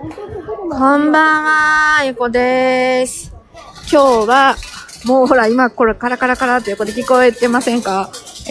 こんばんは、ゆこです。今日は、もうほら、今これカラカラカラって横で聞こえてませんか？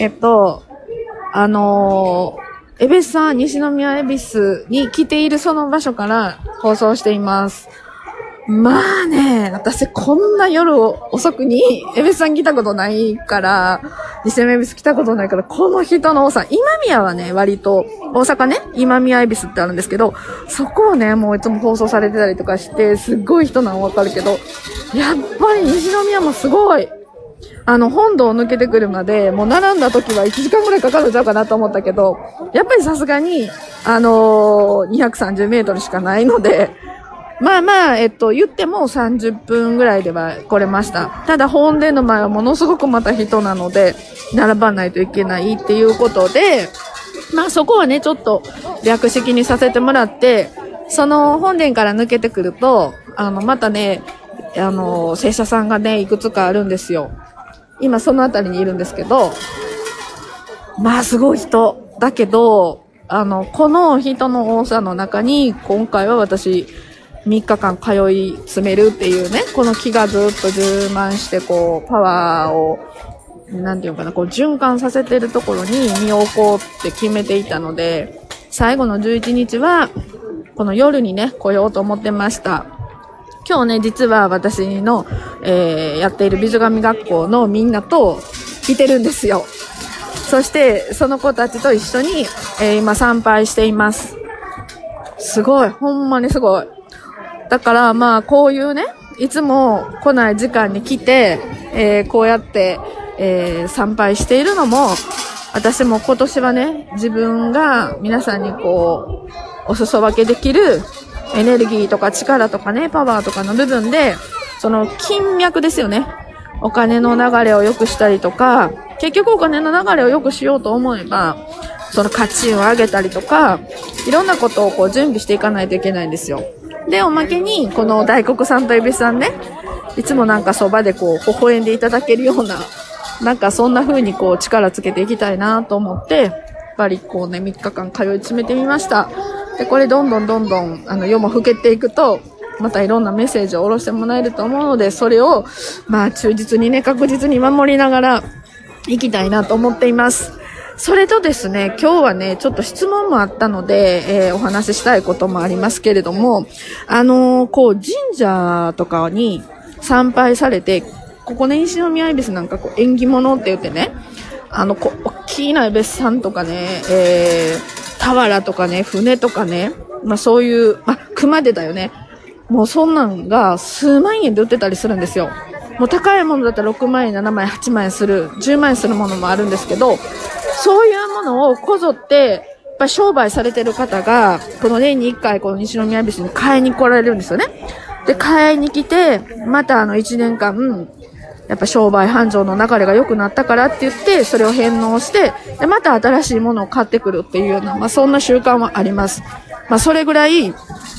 恵比寿さん、西宮恵比寿に来ているその場所から放送しています。まあね、私こんな夜遅くに恵比寿さん来たことないから、西宮恵比寿来たことないから、この人の多さ、今宮はね、割と、大阪ね、今宮恵比寿ってあるんですけど、そこをね、もういつも放送されてたりとかして、すっごい人なのわかるけど、やっぱり西宮もすごい。本堂を抜けてくるまで、もう並んだ時は1時間ぐらいかかるんちゃうかなと思ったけど、やっぱりさすがに、230メートルしかないので、まあまあ、言っても30分ぐらいでは来れました。ただ、本殿の前はものすごくまた人なので、並ばないといけないっていうことで、まあそこはね、ちょっと略式にさせてもらって、その本殿から抜けてくると、またね、聖者さんがね、いくつかあるんですよ。今そのあたりにいるんですけど、まあすごい人。だけど、この人の多さの中に、今回は私、3日間通い詰めるっていうね、この気がずっと充満して、こう、パワーを、なんていうかな、こう、循環させてるところに身を置こうって決めていたので、最後の11日は、この夜にね、来ようと思ってました。今日ね、実は私の、やっている美女神学校のみんなと来てるんですよ。そして、その子たちと一緒に、今参拝しています。すごい、ほんまにすごい。だからまあこういうね、いつも来ない時間に来て、こうやって、参拝しているのも、私も今年はね、自分が皆さんにこう、お裾分けできるエネルギーとか力とかね、パワーとかの部分で、その金脈ですよね。お金の流れを良くしたりとか、結局お金の流れを良くしようと思えば、その価値を上げたりとか、いろんなことをこう準備していかないといけないんですよ。で、おまけに、この大黒さんと恵比寿さんね、いつもなんかそばでこう、微笑んでいただけるような、なんかそんな風にこう、力つけていきたいなと思って、やっぱりこうね、3日間通い詰めてみました。で、これどんどん、夜も更けていくと、またいろんなメッセージを下ろしてもらえると思うので、それを、まあ、忠実にね、確実に守りながら、行きたいなと思っています。それとですね、今日はね、ちょっと質問もあったので、お話ししたいこともありますけれども、こう、神社とかに参拝されて、ここね、西宮恵比寿なんかこう、縁起物って言ってね、大きな恵比寿さんとかね、俵とかね、船とかね、まあそういう、熊手だよね。もうそんなんが数万円で売ってたりするんですよ。もう高いものだったら6万円、7万円、8万円する、10万円するものもあるんですけど、そういうものをこぞって、やっぱり商売されてる方が、この年に1回この西宮恵比寿に買いに来られるんですよね。で、買いに来て、また1年間、やっぱ商売繁盛の流れが良くなったからって言って、それを返納して、で、また新しいものを買ってくるっていうような、まあそんな習慣はあります。まあそれぐらい、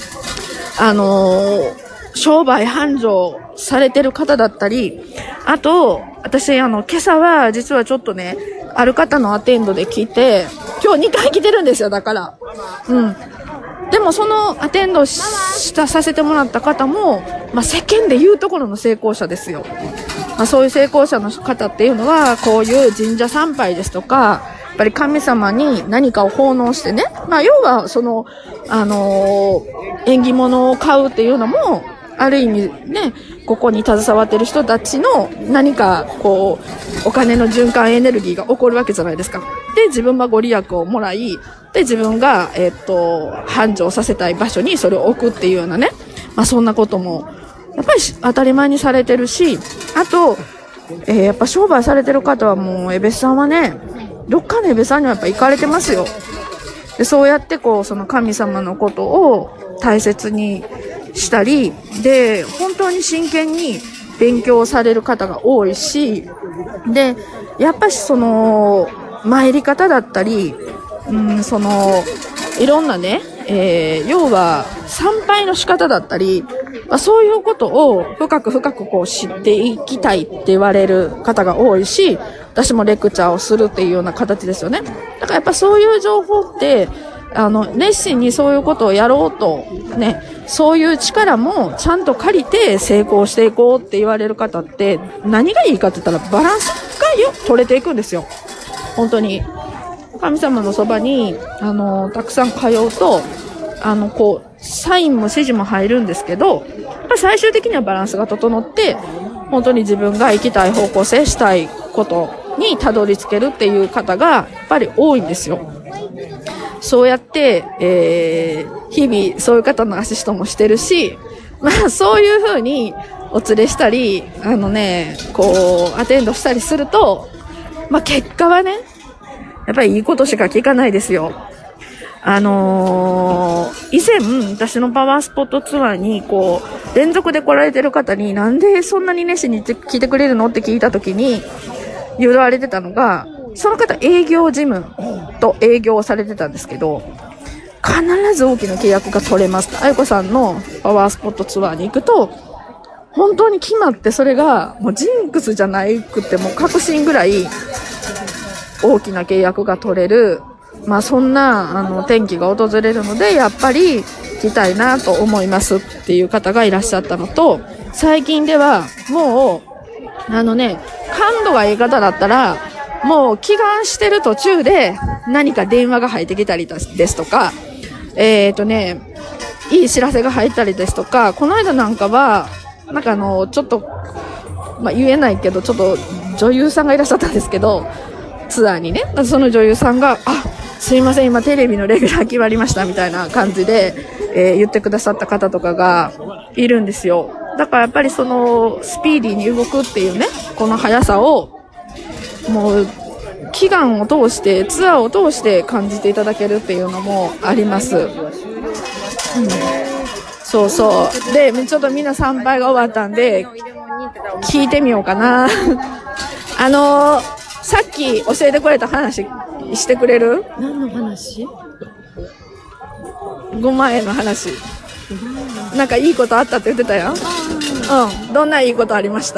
商売繁盛されてる方だったり、あと、私、今朝は実はちょっとね、ある方のアテンドで来て、今日2回来てるんですよ、だから。でもそのアテンドさせてもらった方も、まあ世間で言うところの成功者ですよ。まあそういう成功者の方っていうのは、こういう神社参拝ですとか、やっぱり神様に何かを奉納してね、まあ要はその、縁起物を買うっていうのも、ある意味ね、ここに携わってる人たちの何かこう、お金の循環エネルギーが起こるわけじゃないですか。で、自分はご利益をもらい、で、自分が、繁盛させたい場所にそれを置くっていうようなね、まあそんなことも、やっぱり当たり前にされてるし、あと、やっぱ商売されてる方はもう、恵比寿さんはね、どっかの恵比寿さんにはやっぱ行かれてますよ。で、そうやってこう、その神様のことを大切にしたり、で、本当に真剣に勉強される方が多いし、で、やっぱしその、参り方だったり、いろんなね、要は参拝の仕方だったり、まあ、そういうことを深くこう知っていきたいって言われる方が多いし、私もレクチャーをするっていうような形ですよね。だからやっぱそういう情報って、 熱心にそういうことをやろうと、ね、そういう力もちゃんと借りて成功していこうって言われる方って、何がいいかって言ったらバランスが取れていくんですよ。本当に。神様のそばに、たくさん通うと、サインも指示も入るんですけど、最終的にはバランスが整って、本当に自分が行きたい方向性したいことにたどり着けるっていう方がやっぱり多いんですよ。そうやって、日々そういう方のアシストもしてるし、そういう風にお連れしたり、アテンドしたりすると、結果はね、やっぱりいいことしか聞かないですよ。以前、私のパワースポットツアーに、連続で来られてる方に、なんでそんなに熱心に聞いてくれるのって聞いたときに、言われてたのが、その方営業事務と営業をされてたんですけど、必ず大きな契約が取れます。あゆこさんのパワースポットツアーに行くと、本当に決まってそれが、もうジンクスじゃなくても確信ぐらい、大きな契約が取れる。そんな、転機が訪れるので、やっぱり来たいなと思いますっていう方がいらっしゃったのと、最近では、もう、感度がいい方だったら、もう祈願してる途中で何か電話が入ってきたりですとか、いい知らせが入ったりですとか、この間なんかは、ちょっと、言えないけど、ちょっと女優さんがいらっしゃったんですけど、ツアーにね、その女優さんが、すいません、今テレビのレギュラー決まりましたみたいな感じで、言ってくださった方とかがいるんですよ。だからやっぱりそのスピーディーに動くっていうね、この速さをもう祈願を通してツアーを通して感じていただけるっていうのもあります。そうそう。で、ちょっとみんな参拝が終わったんで聞いてみようかな。さっき教えてくれた話してくれる？ 何の話 ？5万円の話。なんかいいことあったって言ってたよ。どんないいことありました？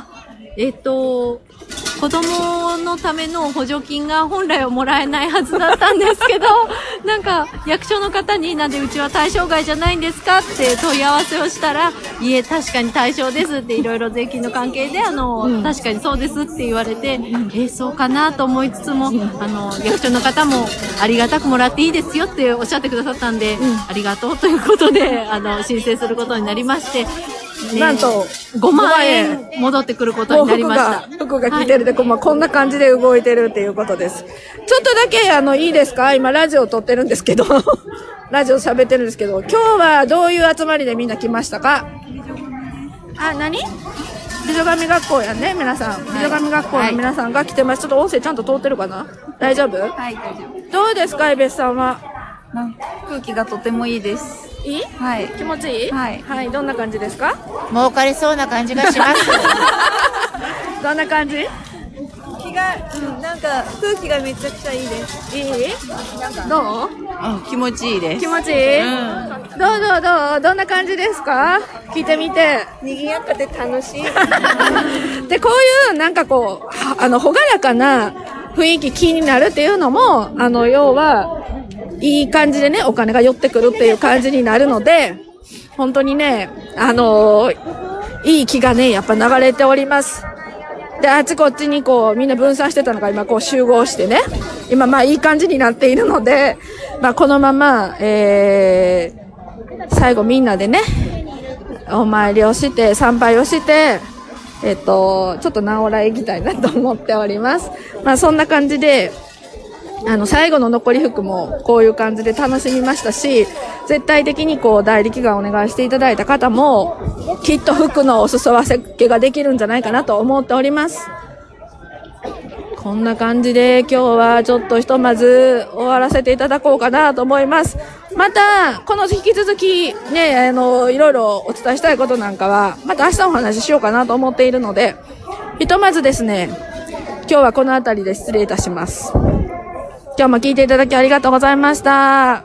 子供のための補助金が本来はもらえないはずだったんですけど、なんか役所の方になんでうちは対象外じゃないんですかって問い合わせをしたら、いえ確かに対象ですっていろいろ税金の関係で確かにそうですって言われて、そうかなと思いつつも、役所の方もありがたくもらっていいですよっておっしゃってくださったんで、ありがとうということで申請することになりまして、 なんと 5万円戻ってくることになりました。 服が着てるで、こんな感じで動いてるっていうことです。ちょっとだけいいですか？今ラジオ撮ってるんですけどラジオ喋ってるんですけど、今日はどういう集まりでみんな来ましたか？何？美女神学校やね、皆さん。美女神学校の皆さんが来てます。ちょっと音声ちゃんと通ってるかな？大丈夫？ はい、大丈夫。 どうですか、エベスさんは？ 空気がとてもいいです。 いい？ はい。 気持ちいい？ はい。 はい、どんな感じですか？ 儲かりそうな感じがします。 どんな感じ？ なんか空気がめちゃくちゃいいです。 いい？どう？ 気持ちいいです。 気持ちいい？どんな感じですか？聞いてみて。 賑やかで楽しい。 で、こういうなんか朗らかな雰囲気気になるっていうのも、要は、いい感じでね、お金が寄ってくるっていう感じになるので、本当にね、いい気がね、やっぱ流れております。で、あっちこっちにみんな分散してたのが今集合してね、今いい感じになっているので、このまま、最後みんなでね、お参りをして、参拝をして、ちょっと直ら行きたいなと思っております。そんな感じで、最後の残り服もこういう感じで楽しみましたし、絶対的に代理祈願お願いしていただいた方も、きっと服のお裾分けができるんじゃないかなと思っております。こんな感じで今日はちょっとひとまず終わらせていただこうかなと思います。また、この引き続きね、いろいろお伝えしたいことなんかは、また明日お話ししようかなと思っているので、ひとまずですね、今日はこの辺りで失礼いたします。今日も聞いていただきありがとうございました。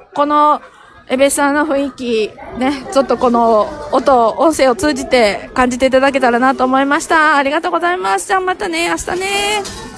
このエベスさんの雰囲気、ね、ちょっとこの音声を通じて感じていただけたらなと思いました。ありがとうございます。じゃあまたね、明日ね。